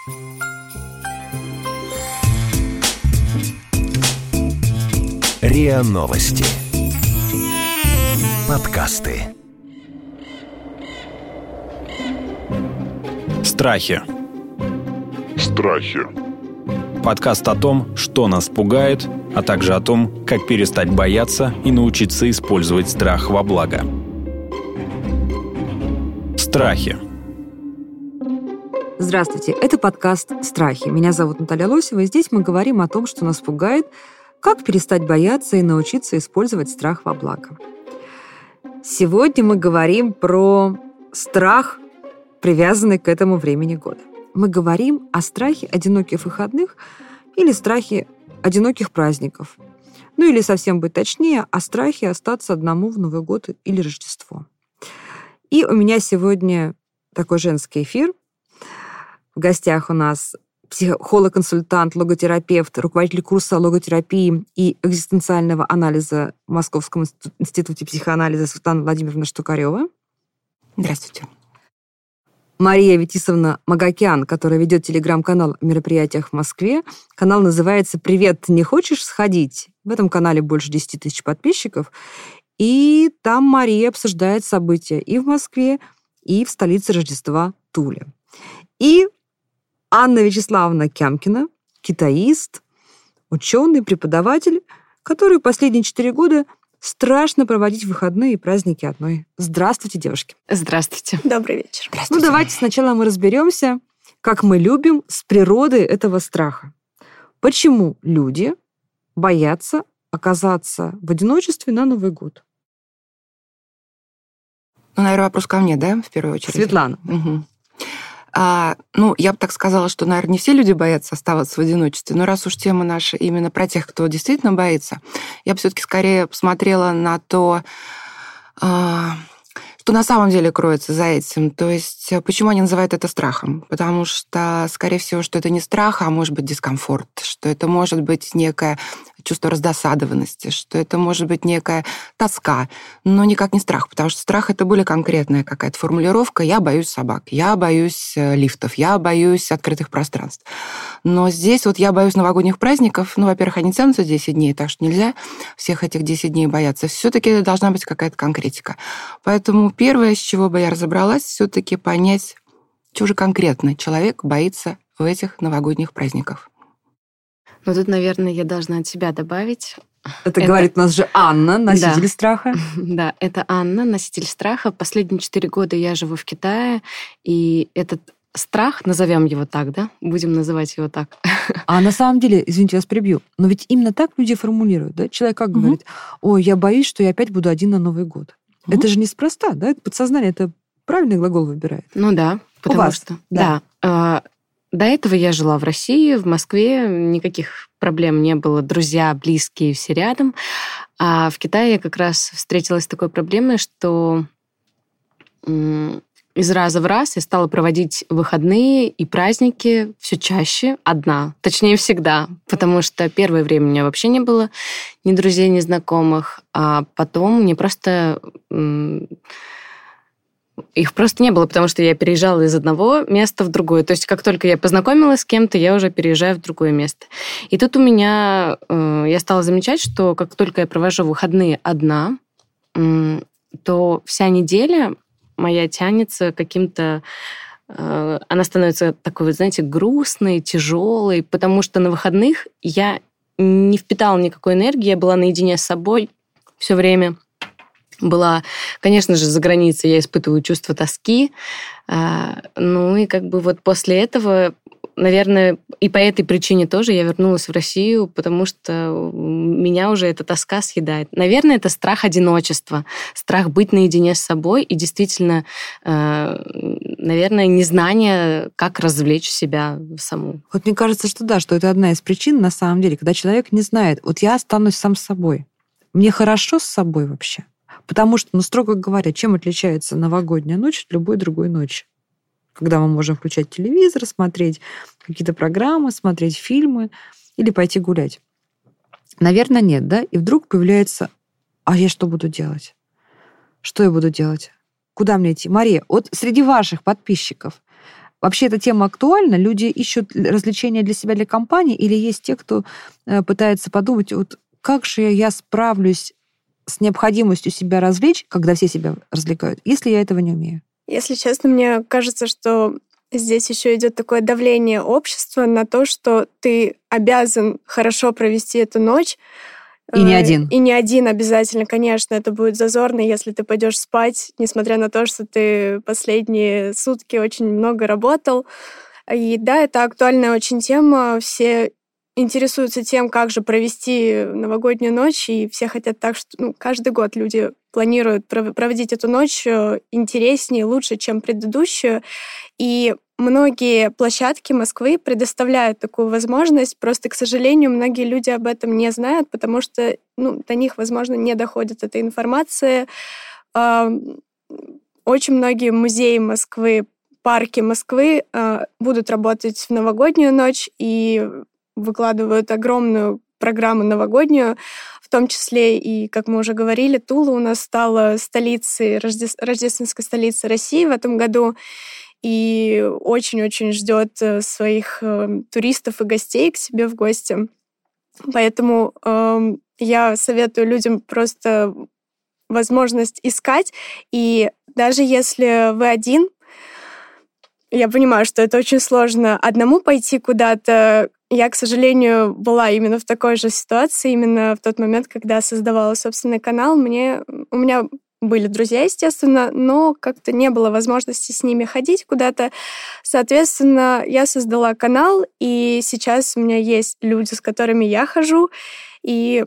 РИА Новости. Подкасты. Страхи. Страхи. Подкаст о том, что нас пугает, а также о том, как перестать бояться и научиться использовать страх во благо. Страхи. Здравствуйте, это подкаст «Страхи». Меня зовут Наталья Лосева, и здесь мы говорим о том, что нас пугает, как перестать бояться и научиться использовать страх во благо. Сегодня мы говорим про страх, привязанный к этому времени года. Мы говорим о страхе одиноких выходных или страхе одиноких праздников. Ну или совсем быть точнее, о страхе остаться одному в Новый год или Рождество. И у меня сегодня такой женский эфир. В гостях у нас психолог-консультант, логотерапевт, руководитель курса логотерапии и экзистенциального анализа в Московском институте психоанализа Светлана Владимировна Штукарева. Здравствуйте. Мария Витисовна Магокян, которая ведет телеграм-канал о мероприятиях в Москве. Канал называется «Привет, не хочешь сходить?». В этом канале больше 10 тысяч подписчиков. И там Мария обсуждает события и в Москве, и в столице Рождества Туле. И Анна Вячеславовна Кямкина, китаист, ученый, преподаватель, который последние 4 года страшно проводить выходные и праздники одной. Здравствуйте, девушки. Здравствуйте. Добрый вечер. Ну, давайте сначала мы разберемся, как мы любим, с природой этого страха. Почему люди боятся оказаться в одиночестве на Новый год? Ну, наверное, вопрос ко мне, да, в первую очередь? Светлана. Угу. Я бы так сказала, что, наверное, не все люди боятся оставаться в одиночестве, но раз уж тема наша именно про тех, кто действительно боится, я бы все-таки скорее посмотрела на то, что на самом деле кроется за этим. То есть почему они называют это страхом? Потому что, скорее всего, что это не страх, а может быть дискомфорт, что это может быть некое чувство раздосадованности, что это может быть некая тоска, но никак не страх, потому что страх — это более конкретная какая-то формулировка. Я боюсь собак, я боюсь лифтов, я боюсь открытых пространств. Но здесь вот я боюсь новогодних праздников. Ну, во-первых, они тянутся 10 дней, так что нельзя всех этих 10 дней бояться. Все-таки должна быть какая-то конкретика. Поэтому первое, с чего бы я разобралась, все-таки понять, что же конкретно человек боится в этих новогодних праздниках. Ну, тут, наверное, я должна от себя добавить. Это говорит у нас же Анна, носитель страха. Да, это Анна, носитель страха. Последние 4 года я живу в Китае, и этот страх, назовем его так, да? Будем называть его так. А на самом деле, извините, я вас прибью, но ведь именно так люди формулируют, да? Человек как говорит: ой, я боюсь, что я опять буду один на Новый год. Это же неспроста, да? Это подсознание, это правильный глагол выбирает. Ну да, потому что... Да. До этого я жила в России, в Москве, никаких проблем не было, друзья, близкие, все рядом. А в Китае я как раз встретилась с такой проблемой, что из раза в раз я стала проводить выходные и праздники все чаще одна. Точнее, всегда. Потому что первое время у меня вообще не было ни друзей, ни знакомых. А потом мне просто... Их просто не было, потому что я переезжала из одного места в другое. То есть как только я познакомилась с кем-то, я уже переезжаю в другое место. И тут у меня... Я стала замечать, что как только я провожу выходные одна, то вся неделя моя тянется каким-то... Она становится такой, знаете, грустной, тяжелой, потому что на выходных я не впитала никакой энергии, я была наедине с собой все время. Была, конечно же, за границей, я испытываю чувство тоски. Ну и как бы вот после этого, наверное, и по этой причине тоже я вернулась в Россию, потому что меня уже эта тоска съедает. Наверное, это страх одиночества, страх быть наедине с собой и действительно, наверное, незнание, как развлечь себя саму. Вот мне кажется, что да, что это одна из причин, на самом деле, когда человек не знает, вот я останусь сам с собой. Мне хорошо с собой вообще? Потому что, строго говоря, чем отличается новогодняя ночь от любой другой ночи? Когда мы можем включать телевизор, смотреть какие-то программы, смотреть фильмы или пойти гулять. Наверное, нет, да? И вдруг появляется: а я что буду делать? Что я буду делать? Куда мне идти? Мария, вот среди ваших подписчиков Вообще эта тема актуальна? Люди ищут развлечения для себя, для компании, или есть те, кто пытается подумать, вот как же я справлюсь с необходимостью себя развлечь, когда все себя развлекают, если я этого не умею? Если честно, мне кажется, что здесь еще идет такое давление общества на то, что ты обязан хорошо провести эту ночь. И не один. И не один обязательно, конечно. Это будет зазорно, если ты пойдешь спать, несмотря на то, что ты последние сутки очень много работал. И да, это актуальная очень тема. Все интересуются тем, как же провести новогоднюю ночь, и все хотят так, что каждый год люди планируют проводить эту ночь интереснее, лучше, чем предыдущую. И многие площадки Москвы предоставляют такую возможность. Просто, к сожалению, многие люди об этом не знают, потому что до них, возможно, не доходит эта информация. Очень многие музеи Москвы, парки Москвы будут работать в новогоднюю ночь и выкладывают огромную программу новогоднюю, в том числе и, как мы уже говорили, Тула у нас стала столицей, рождественской столицей России в этом году, и очень-очень ждет своих туристов и гостей к себе в гости. Поэтому я советую людям просто возможность искать, и даже если вы один, я понимаю, что это очень сложно одному пойти куда-то. Я, к сожалению, была именно в такой же ситуации, именно в тот момент, когда создавала собственный канал. У меня были друзья, естественно, но как-то не было возможности с ними ходить куда-то. Соответственно, я создала канал, и сейчас у меня есть люди, с которыми я хожу, и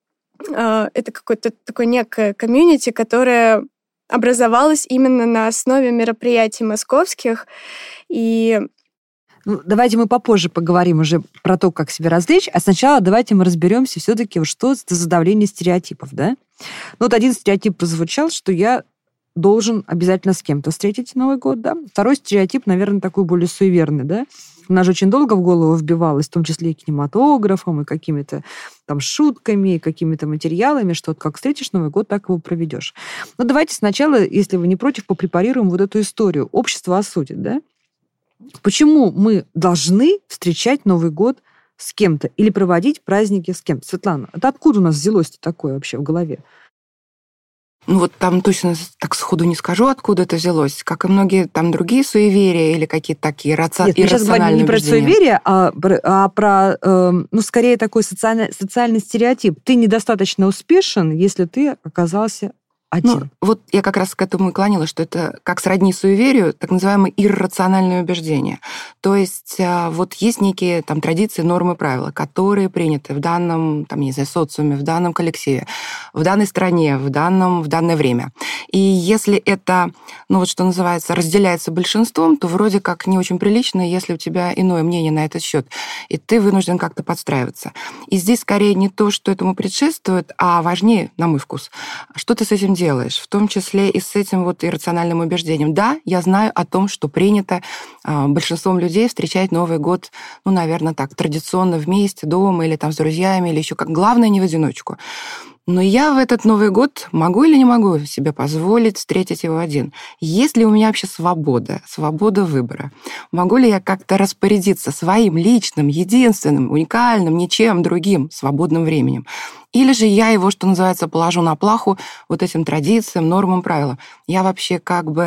это какое-то такое некое комьюнити, которое образовалось именно на основе мероприятий московских, и давайте мы попозже поговорим уже про то, как себя развлечь, а сначала давайте мы разберемся все-таки, что это за давление стереотипов, да? Один стереотип прозвучал, что я должен обязательно с кем-то встретить Новый год, да? Второй стереотип, наверное, такой более суеверный, да? У нас же очень долго в голову вбивалось, в том числе и кинематографом, и какими-то там шутками, и какими-то материалами, что как встретишь Новый год, так его проведешь. Давайте сначала, если вы не против, попрепарируем вот эту историю. Общество осудит, да? Почему мы должны встречать Новый год с кем-то или проводить праздники с кем-то? Светлана, это откуда у нас взялось-то такое вообще в голове? Там точно так сходу не скажу, откуда это взялось. Как и многие там другие суеверия или какие-то такие иррациональные убеждения. Нет, мы сейчас говорим не про суеверия, а про, скорее, такой социальный стереотип. Ты недостаточно успешен, если ты оказался один. Я как раз к этому и клонила, что это как сродни суеверию, так называемые иррациональные убеждения. То есть есть некие там традиции, нормы, правила, которые приняты в данном, социуме, в данном коллективе, в данной стране, в данное время. И если это, что называется, разделяется большинством, то вроде как не очень прилично, если у тебя иное мнение на этот счет, и ты вынужден как-то подстраиваться. И здесь скорее не то, что этому предшествует, а важнее, на мой вкус, что ты с этим делаешь, в том числе и с этим иррациональным убеждением. Да, я знаю о том, что принято большинством людей встречать Новый год, наверное, так, традиционно вместе, дома или с друзьями, или еще как главное, не в одиночку. Но я в этот Новый год могу или не могу себе позволить встретить его один? Есть ли у меня вообще свобода выбора? Могу ли я как-то распорядиться своим личным, единственным, уникальным, ничем другим свободным временем? Или же я его, что называется, положу на плаху этим традициям, нормам, правилам? Я вообще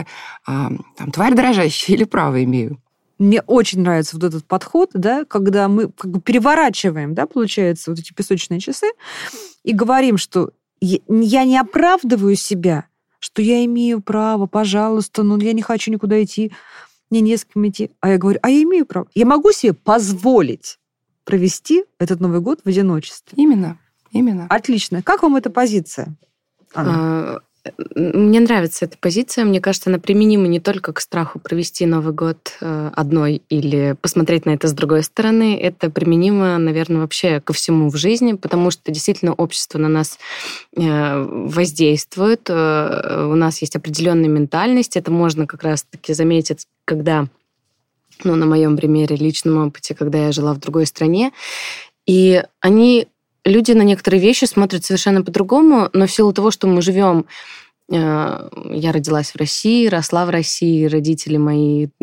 тварь дрожащая или право имею? Мне очень нравится этот подход, да, когда мы переворачиваем, да, получается, эти песочные часы и говорим, что я не оправдываю себя, что я имею право, пожалуйста, я не хочу никуда идти, мне не с кем идти. А я говорю, я имею право. Я могу себе позволить провести этот Новый год в одиночестве. Именно. Отлично. Как вам эта позиция, Анна? Мне нравится эта позиция. Мне кажется, она применима не только к страху провести Новый год одной или посмотреть на это с другой стороны. Это применимо, наверное, вообще ко всему в жизни, потому что действительно общество на нас воздействует. У нас есть определенная ментальность. Это можно как раз-таки заметить, когда, на моем примере, личном опыте, когда я жила в другой стране. И люди на некоторые вещи смотрят совершенно по-другому, но в силу того, что мы живем, я родилась в России, росла в России, родители мои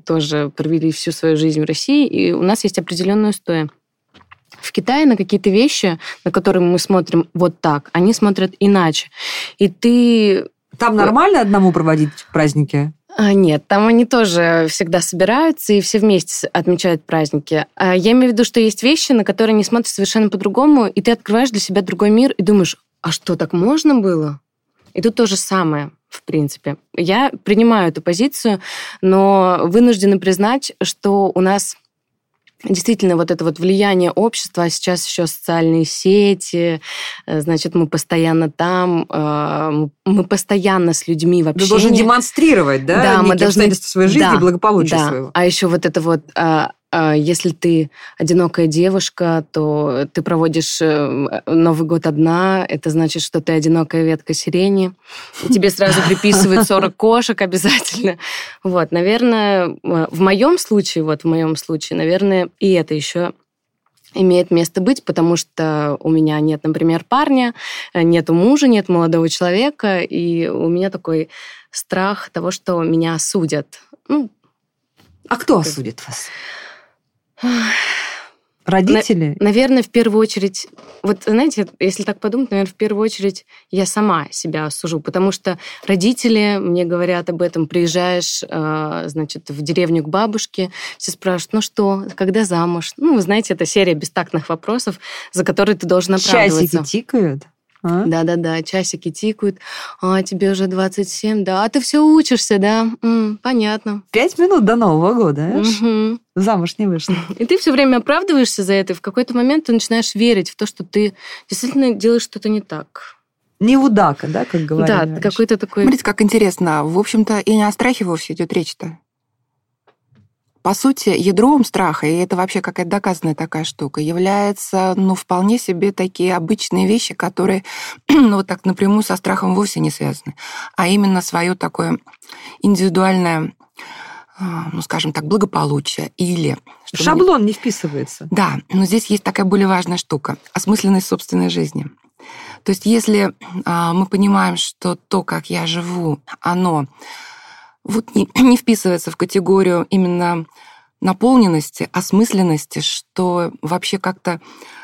тоже провели всю свою жизнь в России, и у нас есть определенные устои. В Китае на какие-то вещи, на которые мы смотрим вот так, они смотрят иначе. И ты... Там нормально одному проводить праздники? Нет, там они тоже всегда собираются и все вместе отмечают праздники. Я имею в виду, что есть вещи, на которые они смотрят совершенно по-другому, и ты открываешь для себя другой мир и думаешь, а что, так можно было? И тут то же самое, в принципе. Я принимаю эту позицию, но вынуждена признать, что у нас действительно вот это вот влияние общества, а сейчас еще социальные сети, значит, мы постоянно там, мы постоянно с людьми в общении. Ты должен демонстрировать, да, да, мы должны обстоятельства своей жизни и благополучие своего. А еще вот это вот, если ты одинокая девушка, то ты проводишь Новый год одна, это значит, что ты одинокая ветка сирени, и тебе сразу приписывают 40 кошек обязательно. Вот, наверное, в моем случае, наверное, и это еще имеет место быть, потому что у меня нет, например, парня, нету мужа, нет молодого человека, и у меня такой страх того, что меня осудят. А кто осудит вас? Родители? Наверное, в первую очередь... Вот, знаете, если так подумать, наверное, в первую очередь я сама себя осужу, потому что родители мне говорят об этом. Приезжаешь, значит, в деревню к бабушке, все спрашивают, ну что, когда замуж? Вы знаете, это серия бестактных вопросов, за которые ты должен оправдываться. Часики тикают? Да-да-да, часики тикают. Тебе уже 27, да. А ты все учишься, да? Понятно. 5 минут до Нового года, угу. Замуж не вышла. И ты все время оправдываешься за это, и в какой-то момент ты начинаешь верить в то, что ты действительно делаешь что-то не так. Неудака, да, как говорили Да, раньше. какой-то такой... Смотрите, как интересно. В общем-то, и не о страхе вовсе идет речь-то. По сути, ядром страха, и это вообще какая-то доказанная такая штука, является, вполне себе такие обычные вещи, которые, вот так напрямую со страхом вовсе не связаны, а именно свое такое индивидуальное, скажем так, благополучие или... Шаблон не вписывается. Да, но здесь есть такая более важная штука — осмысленность собственной жизни. То есть если мы понимаем, что то, как я живу, оно... вот не вписывается в категорию именно наполненности, осмысленности, что вообще как-то,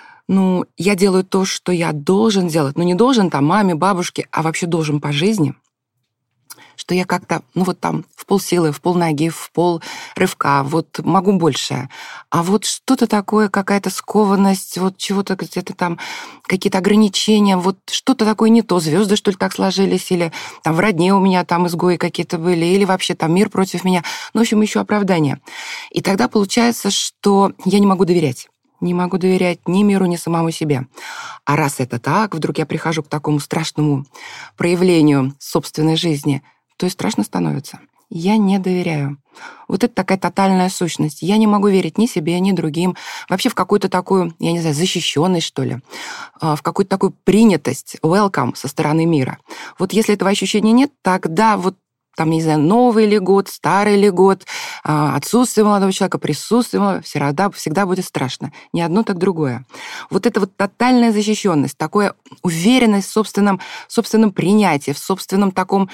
я делаю то, что я должен делать, не должен там маме, бабушке, а вообще должен по жизни, что я как-то, там в полсилы, в полноги, в пол рывка, могу больше. А что-то такое, какая-то скованность, чего-то где-то там, какие-то ограничения, что-то такое не то, звезды, что ли, так сложились, или там в родне у меня там изгои какие-то были, или вообще там мир против меня. В общем, еще оправдание. И тогда получается, что я не могу доверять. Не могу доверять ни миру, ни самому себе. А раз это так, вдруг я прихожу к такому страшному проявлению собственной жизни, то и страшно становится. Я не доверяю. Вот это такая тотальная сущность. Я не могу верить ни себе, ни другим. Вообще в какую-то такую, я не знаю, защищенность, что ли. В какую-то такую принятость, welcome со стороны мира. Если этого ощущения нет, тогда там, не знаю, новый ли год, старый ли год, отсутствие молодого человека, присутствие всегда будет страшно. Не одно, так другое. Это тотальная защищенность, такая уверенность в собственном принятии, в собственном таком,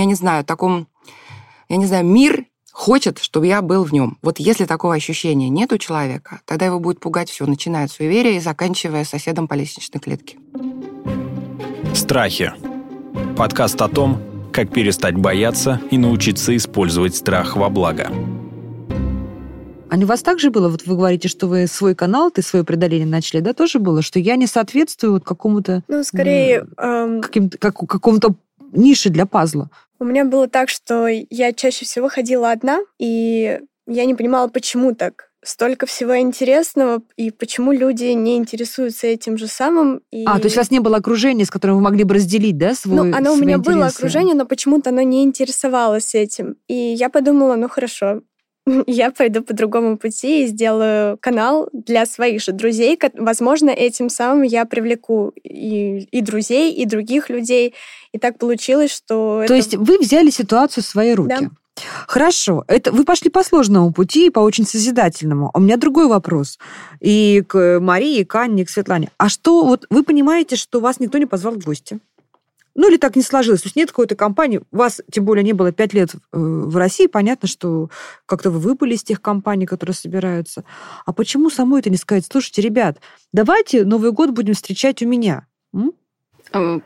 мир хочет, чтобы я был в нем. Если такого ощущения нет у человека, тогда его будет пугать все, начиная от суеверия и заканчивая соседом по лестничной клетке. Страхи. Подкаст о том, как перестать бояться и научиться использовать страх во благо. А у вас так же было? Вы говорите, что вы свой канал, ты свое преодоление начали, да, тоже было? Что я не соответствую какому-то... скорее... какому-то нише для пазла. У меня было так, что я чаще всего ходила одна, и я не понимала, почему так. Столько всего интересного, и почему люди не интересуются этим же самым. То есть у вас не было окружения, с которым вы могли бы разделить, да, свои оно у меня интересы? было окружение, но почему-то оно не интересовалось этим. И я подумала, хорошо, я пойду по другому пути и сделаю канал для своих же друзей. Возможно, этим самым я привлеку и друзей, и других людей. И так получилось, что... То есть вы взяли ситуацию в свои руки? Да. Хорошо. Это вы пошли по сложному пути и по очень созидательному. У меня другой вопрос. И к Марии, и к Анне, и к Светлане. А что, вы понимаете, что вас никто не позвал в гости? Ну, или так не сложилось. То есть нет какой-то компании, у вас, тем более, не было 5 лет в России, понятно, что как-то вы выпали из тех компаний, которые собираются. А почему самой это не сказать? Слушайте, ребят, давайте Новый год будем встречать у меня. Не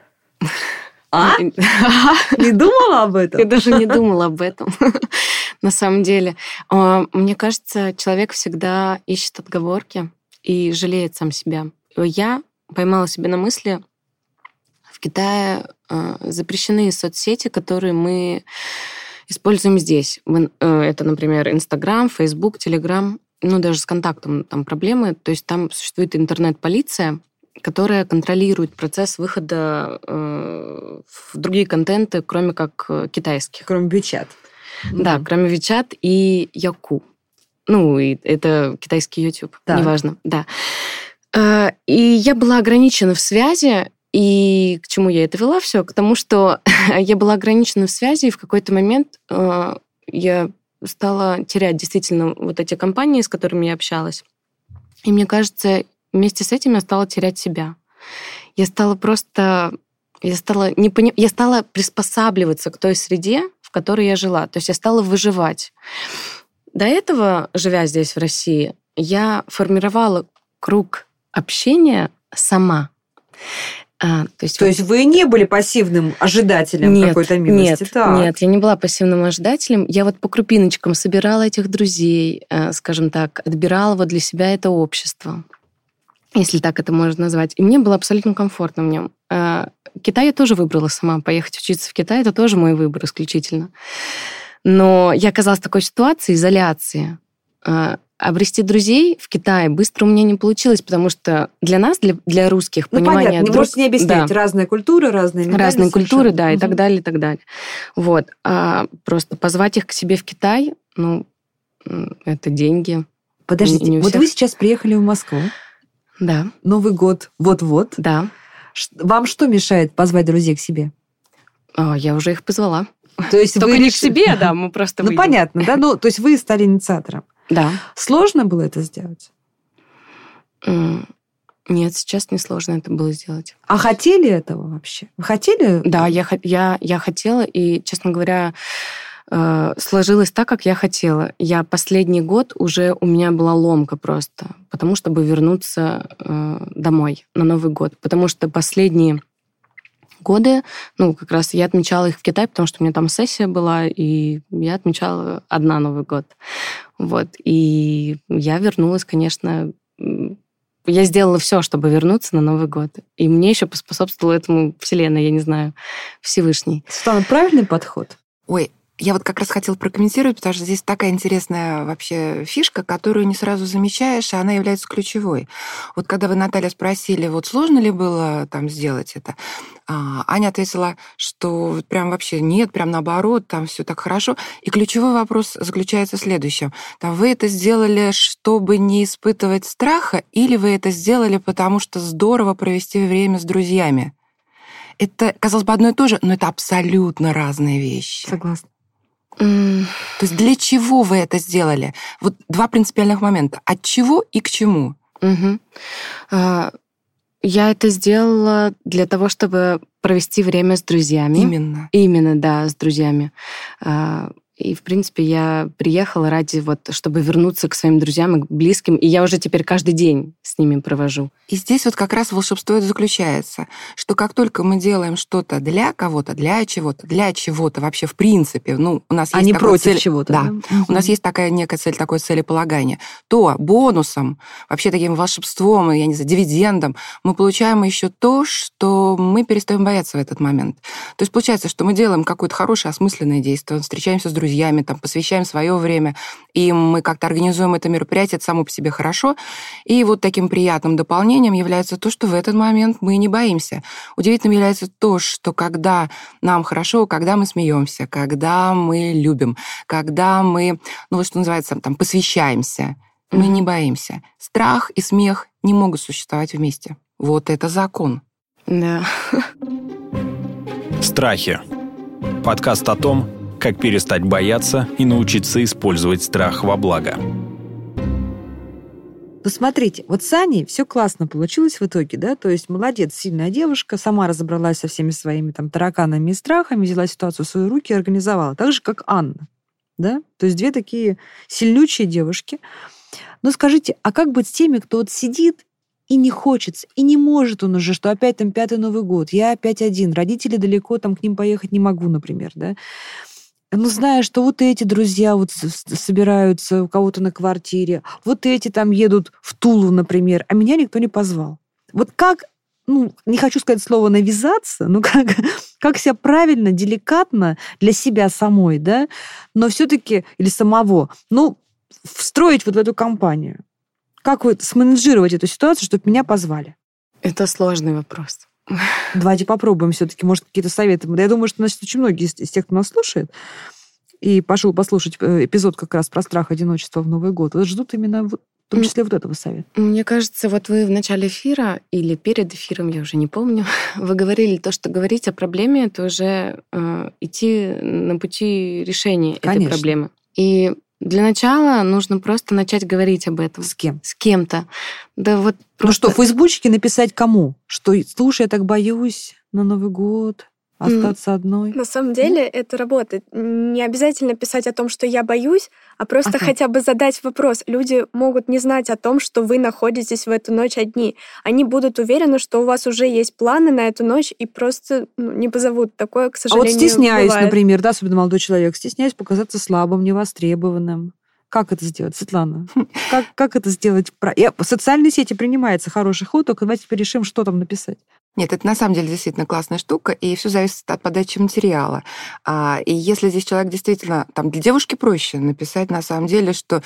думала об этом? Я даже не думала об этом. На самом деле. Мне кажется, человек всегда ищет отговорки и жалеет сам себя. Я поймала себя на мысли, в Китае запрещены соцсети, которые мы используем здесь. Это, например, Инстаграм, Фейсбук, Телеграм. Ну, даже с контактом там проблемы. То есть там существует интернет-полиция, которая контролирует процесс выхода в другие контенты, кроме как китайских. Кроме WeChat. Да, кроме WeChat и Яку. Ну, и это китайский YouTube, неважно. Да. И я была ограничена в связи. И к чему я это вела все? К тому, что я была ограничена в связи, и в какой-то момент я стала терять действительно вот эти компании, с которыми я общалась. И мне кажется, вместе с этим я стала терять себя. Я стала приспосабливаться к той среде, в которой я жила. То есть я стала выживать. До этого, живя здесь, в России, я формировала круг общения сама. То есть вы не были пассивным ожидателем какой-то милости? Нет, я не была пассивным ожидателем. Я вот по крупиночкам собирала этих друзей, скажем так, отбирала вот для себя это общество, если так это можно назвать. И мне было абсолютно комфортно в нем. Китай я тоже выбрала сама. Поехать учиться в Китай — это тоже мой выбор исключительно. Но я оказалась в такой ситуации изоляции. Обрести друзей в Китае быстро у меня не получилось, потому что для нас, для русских, понимание... понятно, можете не объяснять. Да. Разные культуры, разные ментальности. Разные культуры, да, и так далее, и так далее. Вот. А просто позвать их к себе в Китай, это деньги. Подождите, вот вы сейчас приехали в Москву. Да. Новый год вот-вот. Да. Вам что мешает позвать друзей к себе? Я уже их позвала. То есть только вы не к себе, да, мы просто выйдем. Понятно, да? То есть вы стали инициатором. Да. Сложно было это сделать? Нет, сейчас не сложно это было сделать. А хотели этого вообще? Вы хотели? Да, я хотела, и, честно говоря, сложилось так, как я хотела. Последний год уже у меня была ломка просто, потому чтобы вернуться домой на Новый год. Потому что последние годы, как раз я отмечала их в Китае, потому что у меня там сессия была, и я отмечала одна Новый год. Вот. И я вернулась, конечно... Я сделала все, чтобы вернуться на Новый год. И мне еще поспособствовала этому Вселенная, я не знаю, Всевышний. Светлана, правильный подход? Ой, я вот как раз хотела прокомментировать, потому что здесь такая интересная вообще фишка, которую не сразу замечаешь, и она является ключевой. Вот когда вы, Наталья, спросили, вот сложно ли было там сделать это, Аня ответила, что прям вообще нет, прям наоборот, там все так хорошо. И ключевой вопрос заключается в следующем. Вы это сделали, чтобы не испытывать страха, или вы это сделали, потому что здорово провести время с друзьями? Это, казалось бы, одно и то же, но это абсолютно разные вещи. Согласна. То есть для чего вы это сделали? Вот два принципиальных момента. От чего и к чему? Я это сделала для того, чтобы провести время с друзьями. Именно, да, с друзьями. И, в принципе, я приехала ради чтобы вернуться к своим друзьям и к близким, и я уже теперь каждый день с ними провожу. И здесь вот как раз волшебство это заключается, что как только мы делаем что-то для кого-то, для чего-то вообще в принципе, у нас есть не такая против цель, чего-то. Да, у нас есть такая некая цель, такое целеполагание, то бонусом, вообще таким волшебством, я не знаю, дивидендом мы получаем еще то, что мы перестаем бояться в этот момент. То есть получается, что мы делаем какое-то хорошее, осмысленное действие, встречаемся с друзьями, посвящаем свое время, и мы как-то организуем это мероприятие, это само по себе хорошо. И вот таким приятным дополнением является то, что в этот момент мы не боимся. Удивительным является то, что когда нам хорошо, когда мы смеемся, когда мы любим, когда мы, что называется, посвящаемся, мы не боимся. Страх и смех не могут существовать вместе. Вот это закон. Да. Страхи. Подкаст о том, как перестать бояться и научиться использовать страх во благо. Ну, смотрите, вот с Аней все классно получилось в итоге, да, то есть молодец, сильная девушка, сама разобралась со всеми своими там тараканами и страхами, взяла ситуацию в свои руки и организовала, так же, как Анна, да, то есть две такие сильнючие девушки. Но скажите, а как быть с теми, кто вот сидит и не хочется, и не может он уже, что опять там 5-й Новый год, я опять один, родители далеко, там к ним поехать не могу, например, да, ну, зная, что вот эти друзья вот собираются у кого-то на квартире, вот эти там едут в Тулу, например, а меня никто не позвал. Вот как, ну, не хочу сказать слово «навязаться», но как себя правильно, деликатно для себя самой, да, но все-таки, или самого, ну, встроить вот в эту компанию? Как вот сменеджировать эту ситуацию, чтобы меня позвали? Это сложный вопрос. Давайте попробуем все-таки, может, какие-то советы. Я думаю, что, значит, очень многие из тех, кто нас слушает, и пошел послушать эпизод как раз про страх одиночества в Новый год, вот ждут именно в том числе вот этого совета. Мне кажется, вот вы в начале эфира или перед эфиром, я уже не помню, вы говорили то, что говорить о проблеме, это уже идти на пути решения этой проблемы. И для начала нужно просто начать говорить об этом. С кем? С кем-то. Да вот просто... Ну что, в Фейсбучке написать кому? Что, слушай, я так боюсь на Новый год остаться одной. На самом деле это работает. Не обязательно писать о том, что я боюсь, а просто хотя бы задать вопрос. Люди могут не знать о том, что вы находитесь в эту ночь одни. Они будут уверены, что у вас уже есть планы на эту ночь, и просто не позовут. Такое, к сожалению, вот стесняюсь, бывает. Например, да, особенно молодой человек, стесняюсь показаться слабым, невостребованным. Как это сделать, Светлана? Как это сделать? В социальные сети принимается хороший ход, только давайте теперь решим, что там написать. Нет, это на самом деле действительно классная штука, и все зависит от подачи материала. И если здесь человек действительно... Там для девушки проще написать на самом деле, что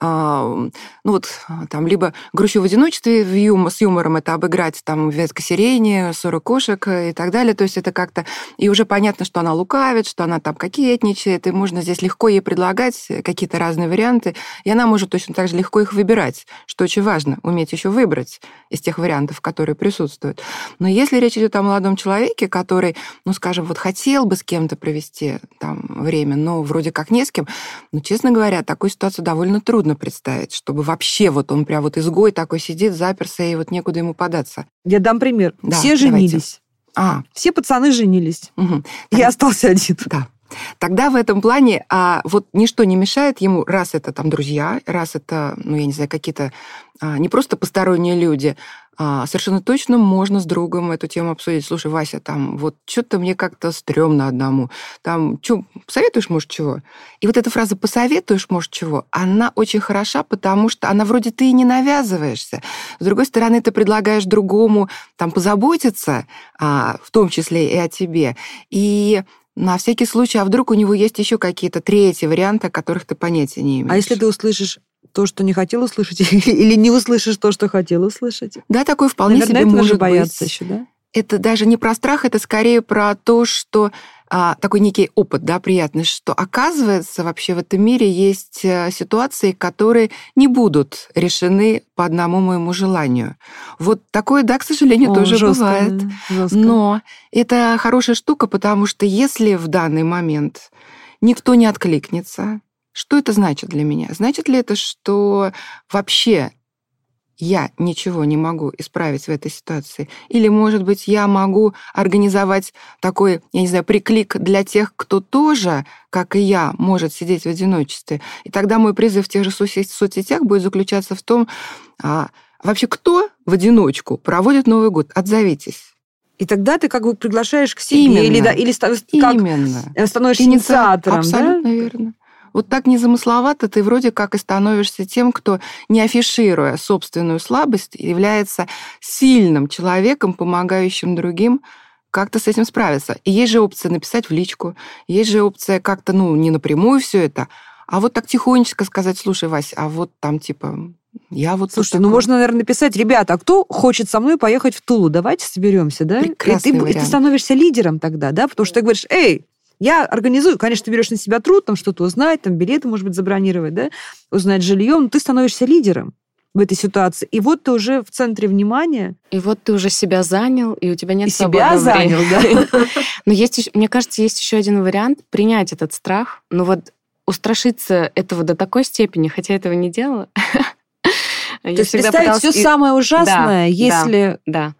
либо грущу в одиночестве с юмором это обыграть, там ветка сирени, 40 кошек и так далее. То есть это как-то... И уже понятно, что она лукавит, что она там кокетничает, и можно здесь легко ей предлагать какие-то разные варианты, и она может точно так же легко их выбирать, что очень важно, уметь еще выбрать из тех вариантов, которые присутствуют. Но если речь идет о молодом человеке, который, скажем, вот хотел бы с кем-то провести там время, но вроде как не с кем, честно говоря, такую ситуацию довольно трудно представить, чтобы вообще вот он прям вот изгой такой сидит, заперся, и вот некуда ему податься. Я дам пример. Да, все женились. Все пацаны женились. Угу. Я остался один. Да. Тогда в этом плане вот ничто не мешает ему, раз это там друзья, раз это, я не знаю, какие-то не просто посторонние люди, совершенно точно можно с другом эту тему обсудить. Слушай, Вася, там вот что-то мне как-то стрёмно одному. Там, посоветуешь, может, чего? И вот эта фраза «посоветуешь, может, чего», она очень хороша, потому что она вроде ты и не навязываешься. С другой стороны, ты предлагаешь другому там позаботиться, в том числе и о тебе. И на всякий случай, а вдруг у него есть еще какие-то третьи варианты, о которых ты понятия не имеешь. А если ты услышишь то, что не хотел услышать, или не услышишь то, что хотел услышать? Да, такое вполне Наверное, себе может бояться быть. еще, да? Это даже не про страх, это скорее про то, что такой некий опыт, да, приятный, что оказывается вообще в этом мире есть ситуации, которые не будут решены по одному моему желанию. Вот такое, да, к сожалению, тоже жестко, бывает. Жестко. Но это хорошая штука, потому что если в данный момент никто не откликнется, что это значит для меня? Значит ли это, что вообще я ничего не могу исправить в этой ситуации? Или, может быть, я могу организовать такой, я не знаю, приклик для тех, кто тоже, как и я, может сидеть в одиночестве? И тогда мой призыв в тех же соцсетях будет заключаться в том, вообще кто в одиночку проводит Новый год? Отзовитесь. И тогда ты как бы приглашаешь к себе. Именно. Или становишься инициатором. Абсолютно верно. Вот так незамысловато ты вроде как и становишься тем, кто, не афишируя собственную слабость, является сильным человеком, помогающим другим как-то с этим справиться. И есть же опция написать в личку, есть же опция как-то, не напрямую все это, а вот так тихонечко сказать: слушай, Вась, а вот там я вот... Слушай, можно, наверное, написать: ребята, а кто хочет со мной поехать в Тулу? Давайте соберемся, да? Прекрасный вариант. И ты становишься лидером тогда, да? Потому что ты говоришь: эй, я организую, конечно, ты берешь на себя труд, там что-то узнать, там билеты, может быть, забронировать, да, узнать жилье, но ты становишься лидером в этой ситуации. И вот ты уже в центре внимания. И вот ты уже себя занял, и у тебя нет свободного времени. И себя занял, да. Но мне кажется, есть еще один вариант — принять этот страх, но вот устрашиться этого до такой степени, хотя этого не делала, То есть представить все самое ужасное, если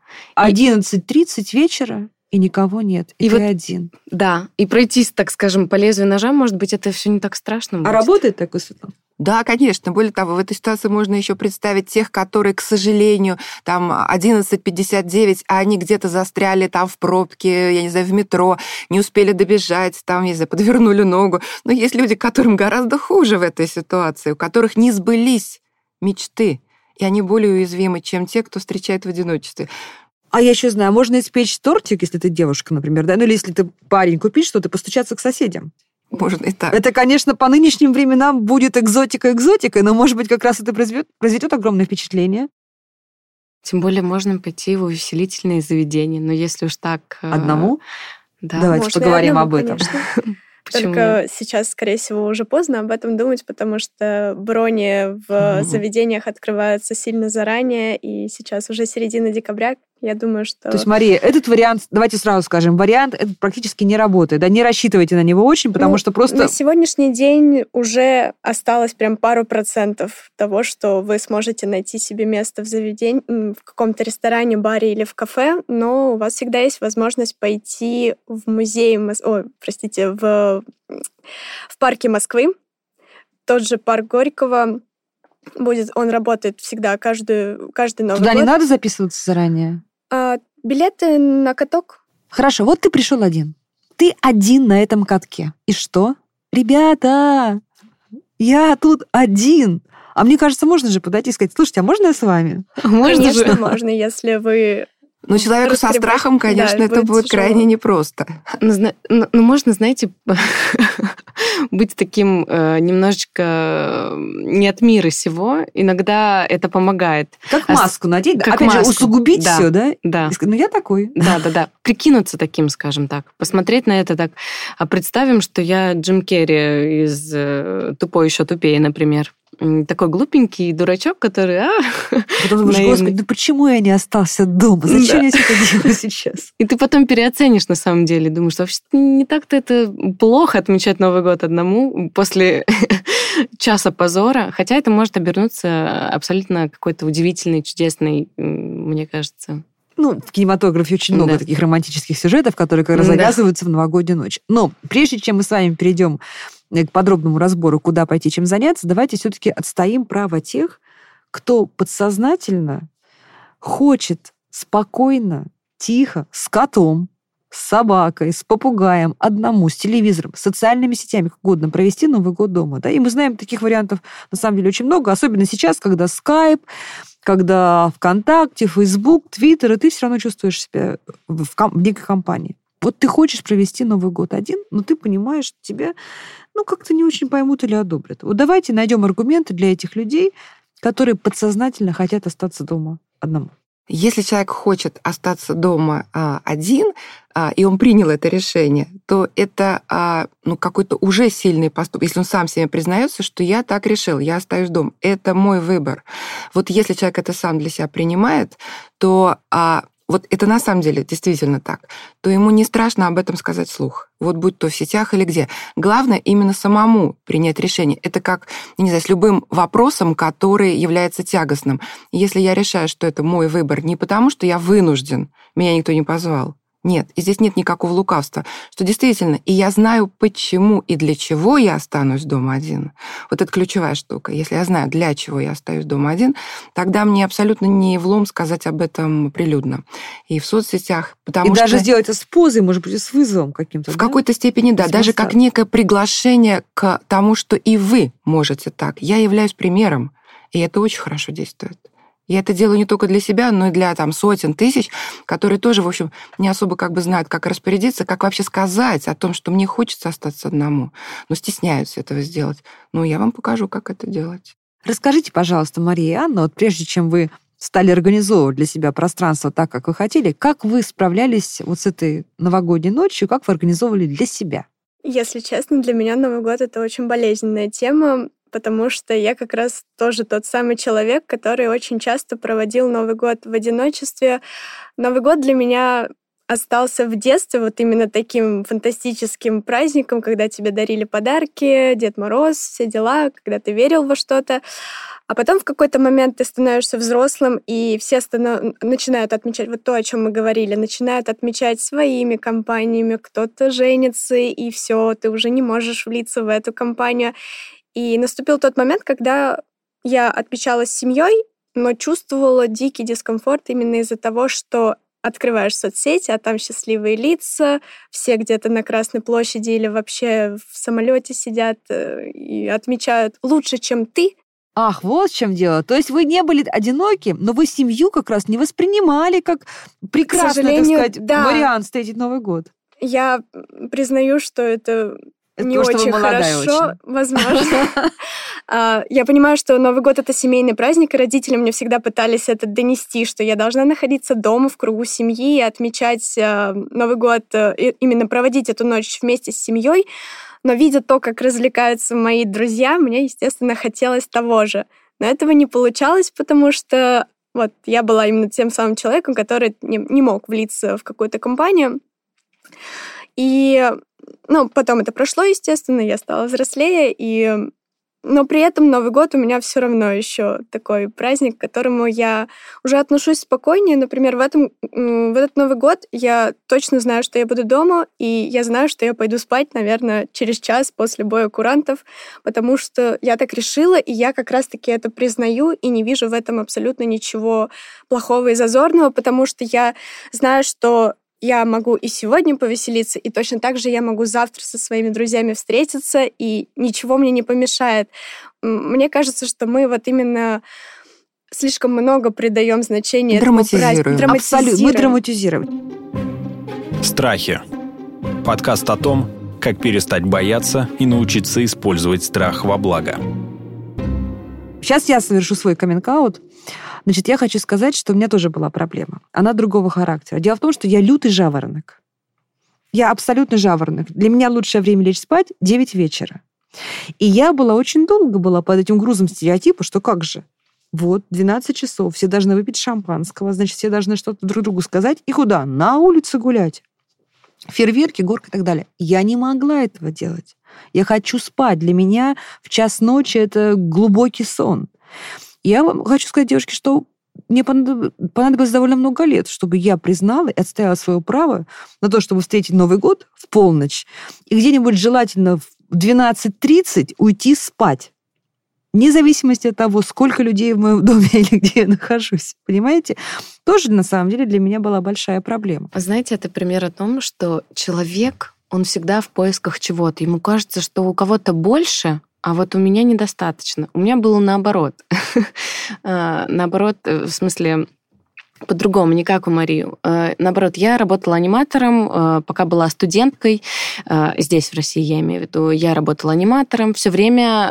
11:30 вечера, и никого нет, и ты один. Да, и пройтись, так скажем, по лезвию ножа, может быть, это все не так страшно будет. А работает такой, Светлана? Да, конечно. Более того, в этой ситуации можно еще представить тех, которые, к сожалению, там 11:59, а они где-то застряли там в пробке, я не знаю, в метро, не успели добежать, там, не знаю, подвернули ногу. Но есть люди, которым гораздо хуже в этой ситуации, у которых не сбылись мечты, и они более уязвимы, чем те, кто встречает в одиночестве. А я еще знаю, можно испечь тортик, если ты девушка, например, да, ну или если ты парень, купить что-то, постучаться к соседям. Можно и так. Это, конечно, по нынешним временам будет экзотикой, но, может быть, как раз это произведет огромное впечатление. Тем более можно пойти в увеселительные заведения, но если уж так... Одному? Да. Давайте можно поговорим одному, об этом. Только сейчас, скорее всего, уже поздно об этом думать, потому что брони в заведениях открываются сильно заранее, и сейчас уже середина декабря. Я думаю, что... То есть, Мария, этот вариант, давайте сразу скажем, вариант этот практически не работает. Да, не рассчитывайте на него очень, потому что просто... На сегодняшний день уже осталось прям пару процентов того, что вы сможете найти себе место в заведении, в каком-то ресторане, баре или в кафе, но у вас всегда есть возможность пойти в музей, в парке Москвы. Тот же парк Горького он работает всегда, каждый Новый год. Туда не надо записываться заранее? Билеты на каток. Хорошо, вот ты пришел один. Ты один на этом катке. И что? Ребята, я тут один. А мне кажется, можно же подойти и сказать, слушайте, а можно я с вами? Конечно, можно, если вы... Но человеку со страхом, конечно, это будет крайне непросто. Ну, можно, знаете, быть таким немножечко не от мира сего. Иногда это помогает. Как маску надеть, да? Опять же, усугубить все, да? Да. Ну, я такой. Да. Прикинуться таким, скажем так. Посмотреть на это так. А представим, что я Джим Керри из «Тупой еще тупее», например. Такой глупенький дурачок, который... Потом думаешь, господи, да почему я не остался дома? Зачем я это делаю сейчас? И ты потом переоценишь на самом деле. Думаешь, вообще не так-то это плохо отмечать Новый год одному после часа позора. Хотя это может обернуться абсолютно какой-то удивительной, чудесной, мне кажется... Ну, в кинематографе очень много таких романтических сюжетов, которые как раз завязываются в новогоднюю ночь. Но прежде чем мы с вами перейдем к подробному разбору, куда пойти, чем заняться, давайте все-таки отстоим право тех, кто подсознательно хочет спокойно, тихо, с котом, с собакой, с попугаем, одному, с телевизором, с социальными сетями, как угодно, провести Новый год дома. Да? И мы знаем таких вариантов, на самом деле, очень много, особенно сейчас, когда Skype, когда ВКонтакте, Фейсбук, Твиттер, и ты все равно чувствуешь себя в некой компании. Вот ты хочешь провести Новый год один, но ты понимаешь, что тебя как-то не очень поймут или одобрят. Вот давайте найдем аргументы для этих людей, которые подсознательно хотят остаться дома одному. Если человек хочет остаться дома один, и он принял это решение, то это какой-то уже сильный поступок. Если он сам себе признается, что я так решил, я остаюсь дома, это мой выбор. Вот если человек это сам для себя принимает, то вот это на самом деле действительно так, то ему не страшно об этом сказать вслух. Вот будь то в сетях или где. Главное именно самому принять решение. Это как, не знаю, с любым вопросом, который является тягостным. Если я решаю, что это мой выбор не потому, что я вынужден, меня никто не позвал. Нет, и здесь нет никакого лукавства, что действительно, и я знаю, почему и для чего я останусь дома один. Вот это ключевая штука. Если я знаю, для чего я остаюсь дома один, тогда мне абсолютно не влом сказать об этом прилюдно. И в соцсетях, потому что... И даже сделать это с позой, может быть, с вызовом каким-то, В какой-то степени, да. Даже как некое приглашение к тому, что и вы можете так. Я являюсь примером, и это очень хорошо действует. Я это делаю не только для себя, но и для сотен тысяч, которые тоже, в общем, не особо знают, как распорядиться, как вообще сказать о том, что мне хочется остаться одному, но стесняются этого сделать. Я вам покажу, как это делать. Расскажите, пожалуйста, Мария и Анна, вот прежде чем вы стали организовывать для себя пространство так, как вы хотели, как вы справлялись вот с этой новогодней ночью, как вы организовывали для себя? Если честно, для меня Новый год — это очень болезненная тема, потому что я как раз тоже тот самый человек, который очень часто проводил Новый год в одиночестве. Новый год для меня остался в детстве вот именно таким фантастическим праздником, когда тебе дарили подарки, Дед Мороз, все дела, когда ты верил во что-то. А потом в какой-то момент ты становишься взрослым, и все начинают отмечать вот то, о чем мы говорили, начинают отмечать своими компаниями, кто-то женится, и все, ты уже не можешь влиться в эту компанию. И наступил тот момент, когда я отмечалась с семьей, но чувствовала дикий дискомфорт именно из-за того, что открываешь соцсети, а там счастливые лица, все где-то на Красной площади или вообще в самолете сидят и отмечают лучше, чем ты. Ах, вот в чем дело. То есть вы не были одиноки, но вы семью как раз не воспринимали как прекрасный, так сказать, вариант встретить Новый год. Я признаю, что это не потому, очень хорошо, возможно. Я понимаю, что Новый год — это семейный праздник, и родители мне всегда пытались это донести, что я должна находиться дома в кругу семьи и отмечать Новый год, именно проводить эту ночь вместе с семьей. Но видя то, как развлекаются мои друзья, мне, естественно, хотелось того же. Но этого не получалось, потому что вот я была именно тем самым человеком, который не мог влиться в какую-то компанию. И потом это прошло, естественно, я стала взрослее, но при этом Новый год у меня все равно еще такой праздник, к которому я уже отношусь спокойнее. Например, в этот Новый год я точно знаю, что я буду дома, и я знаю, что я пойду спать, наверное, через час после боя курантов, потому что я так решила, и я как раз-таки это признаю, и не вижу в этом абсолютно ничего плохого и зазорного, потому что я знаю, что я могу и сегодня повеселиться, и точно так же я могу завтра со своими друзьями встретиться, и ничего мне не помешает. Мне кажется, что мы вот именно слишком много придаем значения этому празднику. Абсолютно, мы драматизируем. Страхи. Подкаст о том, как перестать бояться и научиться использовать страх во благо. Сейчас я совершу свой каминг-аут. Значит, я хочу сказать, что у меня тоже была проблема. Она другого характера. Дело в том, что я лютый жаворонок. Я абсолютно жаворонок. Для меня лучшее время лечь спать 9 вечера. И я очень долго была под этим грузом стереотипа, что как же? Вот, 12 часов, все должны выпить шампанского, значит, все должны что-то друг другу сказать. И куда? На улицу гулять. Фейерверки, горка и так далее. Я не могла этого делать. Я хочу спать. Для меня в час ночи это глубокий сон. Я вам хочу сказать, девушки, что мне понадобилось довольно много лет, чтобы я признала и отстояла свое право на то, чтобы встретить Новый год в полночь и где-нибудь желательно в 12:30 уйти спать. Вне зависимости от того, сколько людей в моем доме или где я нахожусь. Понимаете? Тоже, на самом деле, для меня была большая проблема. Знаете, это пример о том, что человек, он всегда в поисках чего-то. Ему кажется, что у кого-то больше, а вот у меня недостаточно. У меня было наоборот. Наоборот, в смысле, по-другому, не как у Марии. Наоборот, я работала аниматором, пока была студенткой. Здесь, в России, я имею в виду. Я работала аниматором. Все время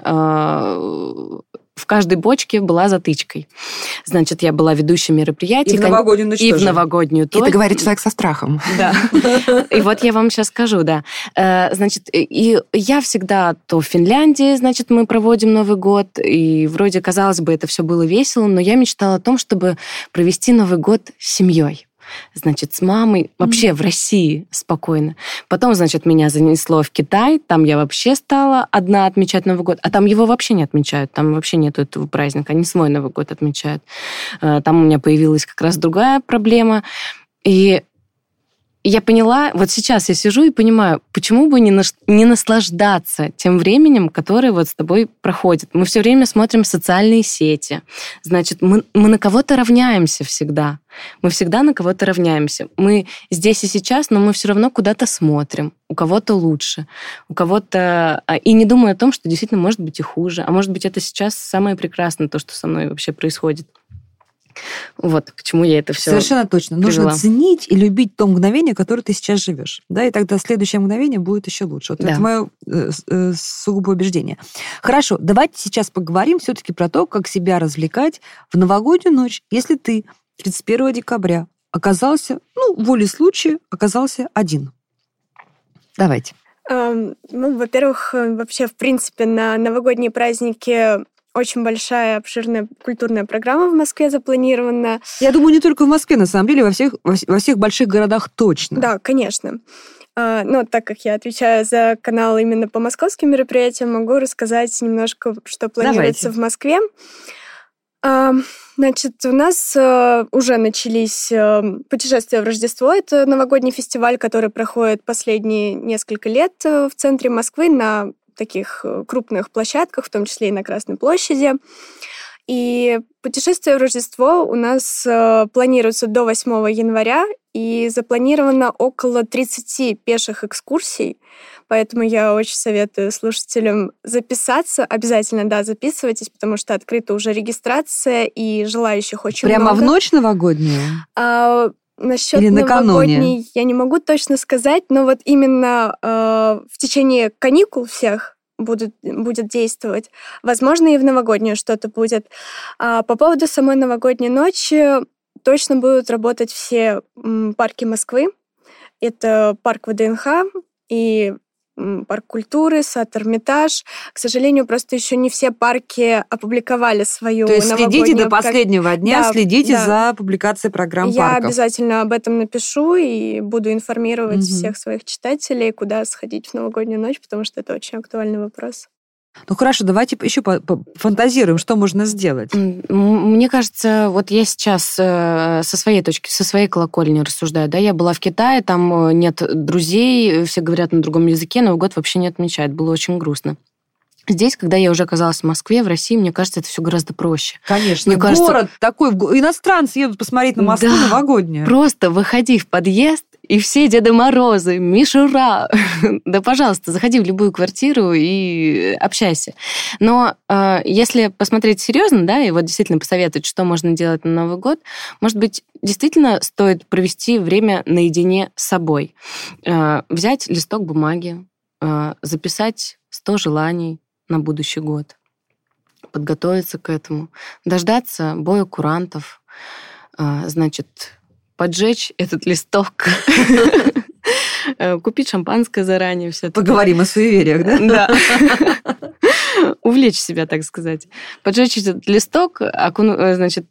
в каждой бочке была затычкой. Значит, я была ведущей мероприятий. И в новогоднюю ночь тоже. И в новогоднюю тоже. Это говорит человек со страхом. Да. И вот я вам сейчас скажу, да. Значит, и я всегда то в Финляндии, значит, мы проводим Новый год, и вроде, казалось бы, это все было весело, но я мечтала о том, чтобы провести Новый год с семьей. Значит, с мамой, вообще в России спокойно. Потом, значит, меня занесло в Китай, там я вообще стала одна отмечать Новый год, а там его вообще не отмечают, там вообще нету этого праздника, они свой Новый год отмечают. Там у меня появилась как раз другая проблема, и я поняла, вот сейчас я сижу и понимаю, почему бы не наслаждаться тем временем, которое вот с тобой проходит. Мы все время смотрим социальные сети. Значит, мы на кого-то равняемся всегда. Мы всегда на кого-то равняемся. Мы здесь и сейчас, но мы все равно куда-то смотрим. У кого-то лучше, у кого-то... И не думаю о том, что действительно может быть и хуже. А может быть, это сейчас самое прекрасное, то, что со мной вообще происходит. Вот к чему я это все Совершенно точно. привела. Нужно ценить и любить то мгновение, в которое ты сейчас живешь. Да, и тогда следующее мгновение будет еще лучше. Вот Да. это мое сугубое убеждение. Хорошо, давайте сейчас поговорим все-таки про то, как себя развлекать в новогоднюю ночь, если ты 31 декабря оказался, волей случая, оказался один. Давайте. Во-первых, вообще, в принципе, на новогодние праздники очень большая, обширная культурная программа в Москве запланирована. Я думаю, не только в Москве, на самом деле, во всех больших городах точно. Да, конечно. Но так как я отвечаю за канал именно по московским мероприятиям, могу рассказать немножко, что планируется в Москве. Значит, у нас уже начались путешествия в Рождество. Это новогодний фестиваль, который проходит последние несколько лет в центре Москвы на таких крупных площадках, в том числе и на Красной площади. И путешествие в Рождество у нас планируется до 8 января, и запланировано около 30 пеших экскурсий, поэтому я очень советую слушателям записаться. Обязательно, да, записывайтесь, потому что открыта уже регистрация, и желающих очень много. Прямо в ночь новогоднюю? Насчет или накануне? Новогодней я не могу точно сказать, но вот именно в течение каникул всех будет действовать. Возможно, и в новогоднюю что-то будет. По поводу самой новогодней ночи точно будут работать все парки Москвы. Это парк ВДНХ и парк культуры, сад Эрмитаж. К сожалению, просто еще не все парки опубликовали свою новогоднюю... То есть следите до последнего дня, да, следите за публикацией программ парков. Я обязательно об этом напишу и буду информировать всех своих читателей, куда сходить в новогоднюю ночь, потому что это очень актуальный вопрос. Ну хорошо, давайте еще пофантазируем, что можно сделать. Мне кажется, вот я сейчас со своей колокольни рассуждаю. Да, я была в Китае, там нет друзей, все говорят на другом языке, Новый год вообще не отмечают. Было очень грустно. Здесь, когда я уже оказалась в Москве, в России, мне кажется, это все гораздо проще. Конечно, город такой, иностранцы едут посмотреть на Москву новогоднюю. Просто выходи в подъезд, и все Деды Морозы, мишура. Да, пожалуйста, заходи в любую квартиру и общайся. Но если посмотреть серьезно, да, и вот действительно посоветовать, что можно делать на Новый год, может быть, действительно стоит провести время наедине с собой. Взять листок бумаги, записать 100 желаний на будущий год, подготовиться к этому, дождаться боя курантов, значит, поджечь этот листок, купить шампанское заранее. Все поговорим о суевериях, да? Да. Увлечь себя, так сказать. Поджечь этот листок, значит,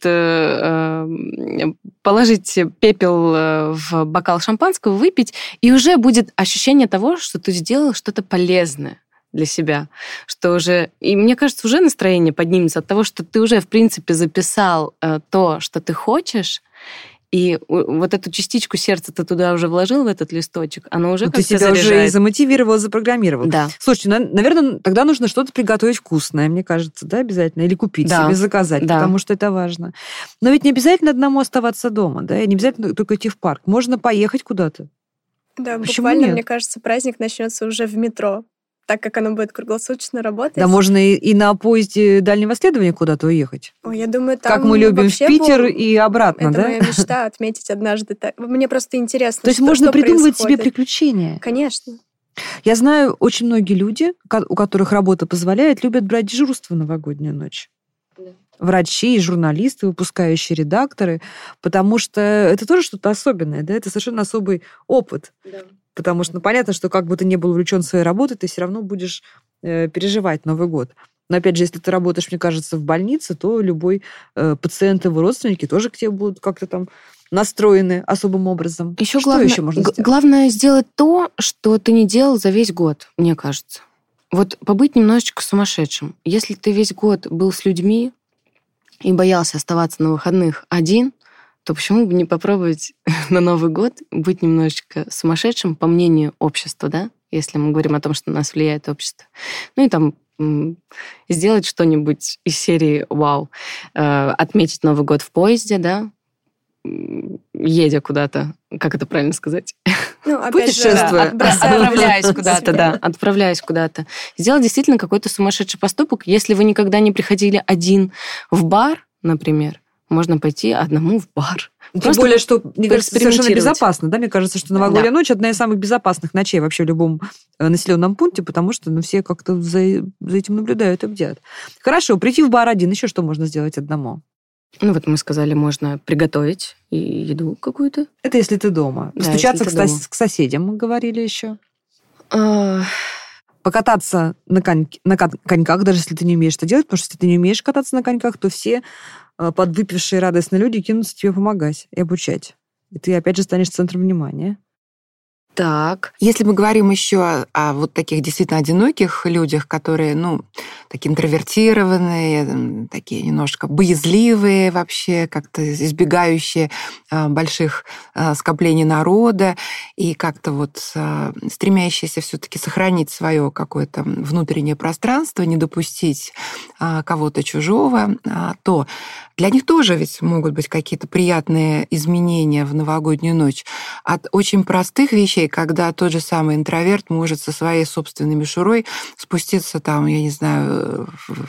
положить пепел в бокал шампанского, выпить, и уже будет ощущение того, что ты сделал что-то полезное для себя, что уже... И мне кажется, уже настроение поднимется от того, что ты уже, в принципе, записал то, что ты хочешь, и вот эту частичку сердца ты туда уже вложил, в этот листочек, оно уже как-то заряжает. Ты себя уже и замотивировал, запрограммировал. Да. Слушайте, наверное, тогда нужно что-то приготовить вкусное, мне кажется, да, обязательно? Или купить себе, заказать, потому что это важно. Но ведь не обязательно одному оставаться дома, да, и не обязательно только идти в парк. Можно поехать куда-то. Да, буквально, мне кажется, праздник начнется уже в метро, так как оно будет круглосуточно работать. Да, можно и на поезде дальнего следования куда-то уехать. Ой, я думаю, там как мы любим в Питер и обратно, это да? моя мечта отметить однажды. Мне просто интересно, то есть можно придумывать себе приключения. Конечно. Я знаю, очень многие люди, у которых работа позволяет, любят брать дежурство в новогоднюю ночь. Да. Врачи, журналисты, выпускающие редакторы, потому что это тоже что-то особенное, да? Это совершенно особый опыт. Да. Потому что, понятно, что как бы ты ни был увлечен своей работой, ты все равно будешь переживать Новый год. Но, опять же, если ты работаешь, мне кажется, в больнице, то любой пациент и его родственники тоже к тебе будут как-то там настроены особым образом. Еще можно сделать? Главное сделать то, что ты не делал за весь год, мне кажется. Вот побыть немножечко сумасшедшим. Если ты весь год был с людьми и боялся оставаться на выходных один, то почему бы не попробовать на Новый год быть немножечко сумасшедшим, по мнению общества, да, если мы говорим о том, что на нас влияет общество. Ну и там сделать что-нибудь из серии «Вау». Отметить Новый год в поезде, да, едя куда-то, как это правильно сказать? Путешествуя. Отправляясь куда-то. Сделать действительно какой-то сумасшедший поступок. Если вы никогда не приходили один в бар, например, можно пойти одному в бар. Тем более, что, мне кажется, совершенно безопасно. Да? Мне кажется, что новогодняя ночь одна из самых безопасных ночей вообще в любом населенном пункте, потому что все как-то за этим наблюдают и бдят. Хорошо, прийти в бар один. Еще что можно сделать одному? Ну вот мы сказали, можно приготовить еду какую-то. Это если ты дома. Постучаться к соседям, мы говорили еще. Покататься на коньках, даже если ты не умеешь это делать, потому что если ты не умеешь кататься на коньках, то все подвыпившие радостные люди кинутся тебе помогать и обучать. И ты, опять же, станешь центром внимания. Так. Если мы говорим еще о вот таких действительно одиноких людях, которые, такие интровертированные, такие немножко боязливые вообще, как-то избегающие больших скоплений народа и как-то вот стремящиеся все-таки сохранить свое какое-то внутреннее пространство, не допустить кого-то чужого, то для них тоже ведь могут быть какие-то приятные изменения в новогоднюю ночь. От очень простых вещей, когда тот же самый интроверт может со своей собственной мишурой спуститься там, я не знаю,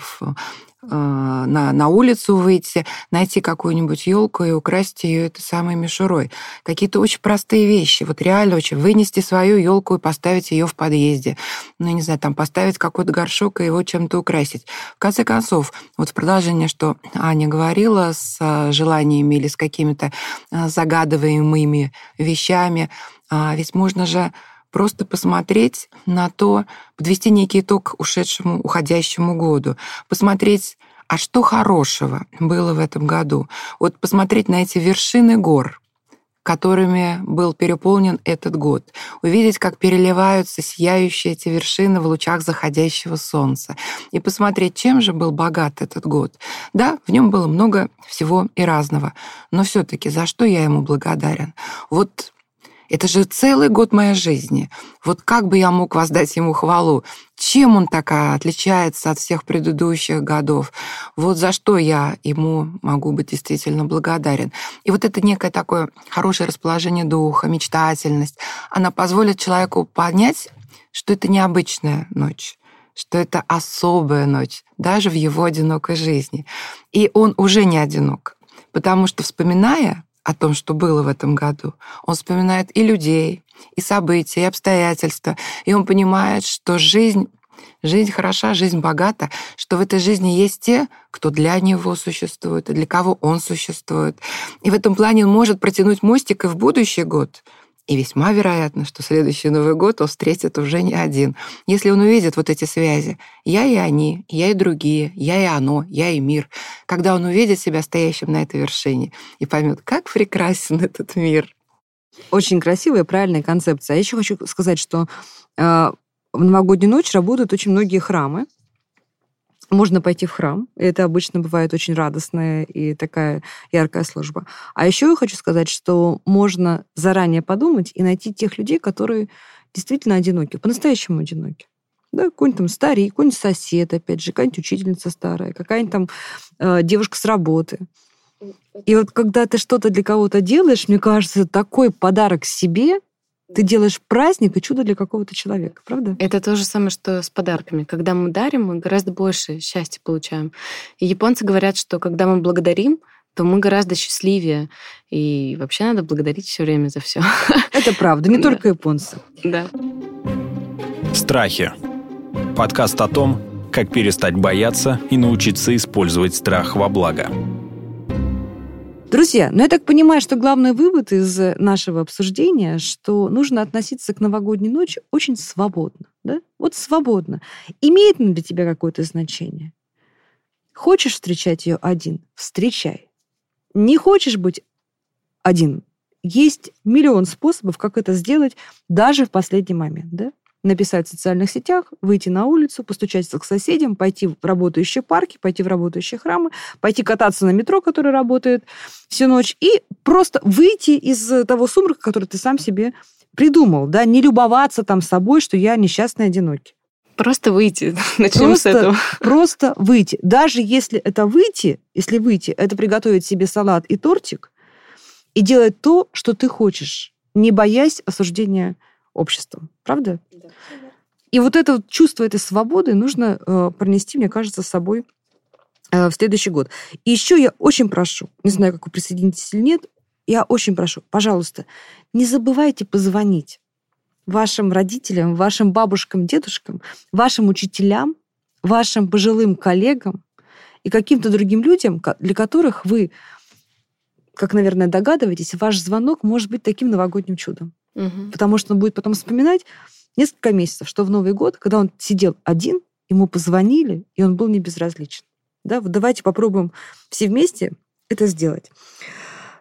на улицу выйти, найти какую-нибудь елку и украсить ее этой самой мишурой. Какие-то очень простые вещи. Вот реально очень. Вынести свою елку и поставить ее в подъезде. Не знаю, там поставить какой-то горшок и его чем-то украсить. В конце концов, вот в продолжение, что Аня говорила, с желаниями или с какими-то загадываемыми вещами, ведь можно же просто посмотреть на то, подвести некий итог уходящему году, посмотреть, а что хорошего было в этом году. Вот посмотреть на эти вершины гор, которыми был переполнен этот год, увидеть, как переливаются сияющие эти вершины в лучах заходящего солнца, и посмотреть, чем же был богат этот год. Да, в нем было много всего и разного, но все-таки за что я ему благодарен? Вот это же целый год моей жизни. Вот как бы я мог воздать ему хвалу? Чем он так отличается от всех предыдущих годов? Вот за что я ему могу быть действительно благодарен. И вот это некое такое хорошее расположение духа, мечтательность, она позволит человеку понять, что это необычная ночь, что это особая ночь, даже в его одинокой жизни. И он уже не одинок, потому что, вспоминая о том, что было в этом году, он вспоминает и людей, и события, и обстоятельства, и он понимает, что жизнь хороша, жизнь богата, что в этой жизни есть те, кто для него существует, и для кого он существует. И в этом плане он может протянуть мостик и в будущий год. И весьма вероятно, что следующий Новый год он встретит уже не один. Если он увидит вот эти связи, я и они, я и другие, я и оно, я и мир, когда он увидит себя стоящим на этой вершине и поймет, как прекрасен этот мир. Очень красивая, правильная концепция. А еще хочу сказать, что в новогоднюю ночь работают очень многие храмы. Можно пойти в храм, и это обычно бывает очень радостная и такая яркая служба. А еще я хочу сказать, что можно заранее подумать и найти тех людей, которые действительно одиноки, по-настоящему одиноки. Да, какой-нибудь там старик, какой-нибудь сосед, опять же, какая-нибудь учительница старая, какая-нибудь там девушка с работы. И вот когда ты что-то для кого-то делаешь, мне кажется, это такой подарок себе. Ты делаешь праздник и чудо для какого-то человека, правда? Это то же самое, что с подарками. Когда мы дарим, мы гораздо больше счастья получаем. И японцы говорят, что когда мы благодарим, то мы гораздо счастливее. И вообще надо благодарить все время за все. Это правда, не только японцы. Да. Страхи. Подкаст о том, как перестать бояться и научиться использовать страх во благо. Друзья, я так понимаю, что главный вывод из нашего обсуждения, что нужно относиться к новогодней ночи очень свободно. Да? Вот свободно. Имеет она для тебя какое-то значение? Хочешь встречать ее один? Встречай. Не хочешь быть один? Есть миллион способов, как это сделать даже в последний момент. Да? Написать в социальных сетях, выйти на улицу, постучаться к соседям, пойти в работающие парки, пойти в работающие храмы, пойти кататься на метро, который работает всю ночь, и просто выйти из того сумрака, который ты сам себе придумал, да, не любоваться там собой, что я несчастный одинокий. Просто выйти. Начнем с этого. Просто выйти. Даже если это выйти, это приготовить себе салат и тортик и делать то, что ты хочешь, не боясь осуждения обществом. Правда? Да. И вот это вот чувство этой свободы нужно пронести, мне кажется, с собой в следующий год. И еще я очень прошу, не знаю, как вы присоединитесь или нет, я очень прошу, пожалуйста, не забывайте позвонить вашим родителям, вашим бабушкам, дедушкам, вашим учителям, вашим пожилым коллегам и каким-то другим людям, для которых вы, как, наверное, догадываетесь, ваш звонок может быть таким новогодним чудом. Угу. Потому что он будет потом вспоминать несколько месяцев, что в Новый год, когда он сидел один, ему позвонили, и он был не безразличен. Да, вот давайте попробуем все вместе это сделать.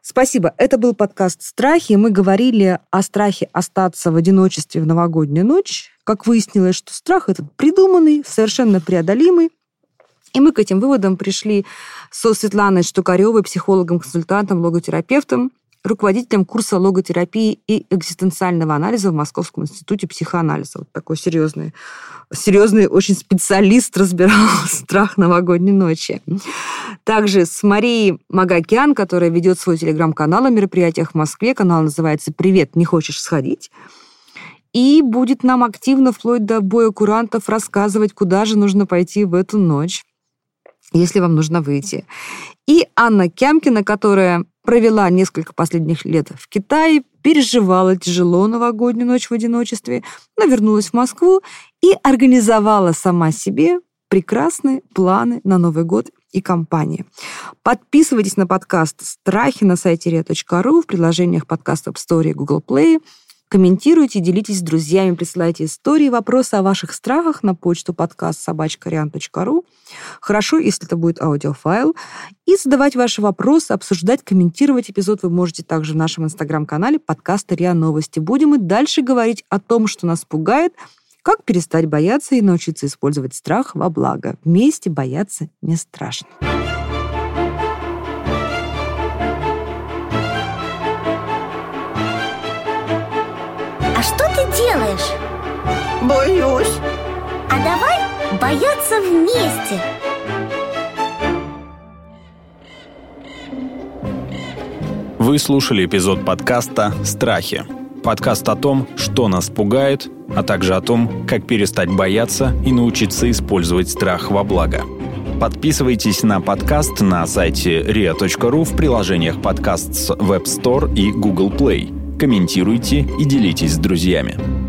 Спасибо. Это был подкаст «Страхи». Мы говорили о страхе остаться в одиночестве в новогоднюю ночь. Как выяснилось, что страх этот придуманный, совершенно преодолимый. И мы к этим выводам пришли со Светланой Штукаревой, психологом-консультантом, логотерапевтом, руководителем курса логотерапии и экзистенциального анализа в Московском институте психоанализа. Вот такой серьезный очень специалист разбирал страх новогодней ночи. Также с Марией Магакян, которая ведет свой телеграм-канал о мероприятиях в Москве. Канал называется «Привет, не хочешь сходить?» И будет нам активно, вплоть до боя курантов, рассказывать, куда же нужно пойти в эту ночь, если вам нужно выйти. И Анна Кямкина, которая провела несколько последних лет в Китае, переживала тяжело новогоднюю ночь в одиночестве, но вернулась в Москву и организовала сама себе прекрасные планы на Новый год и компании. Подписывайтесь на подкаст «Страхи» на сайте ria.ru, в приложениях подкаст App Store и Google Play. Комментируйте, делитесь с друзьями, присылайте истории, вопросы о ваших страхах на почту podcast@rian.ru. Хорошо, если это будет аудиофайл. И задавать ваши вопросы, обсуждать, комментировать эпизод вы можете также в нашем инстаграм-канале подкаста РИА Новости. Будем и дальше говорить о том, что нас пугает, как перестать бояться и научиться использовать страх во благо. Вместе бояться не страшно. А что ты делаешь? Боюсь. А давай бояться вместе. Вы слушали эпизод подкаста «Страхи». Подкаст о том, что нас пугает, а также о том, как перестать бояться и научиться использовать страх во благо. Подписывайтесь на подкаст на сайте ria.ru, в приложениях подкаст с Web Store и Google Play. Комментируйте и делитесь с друзьями.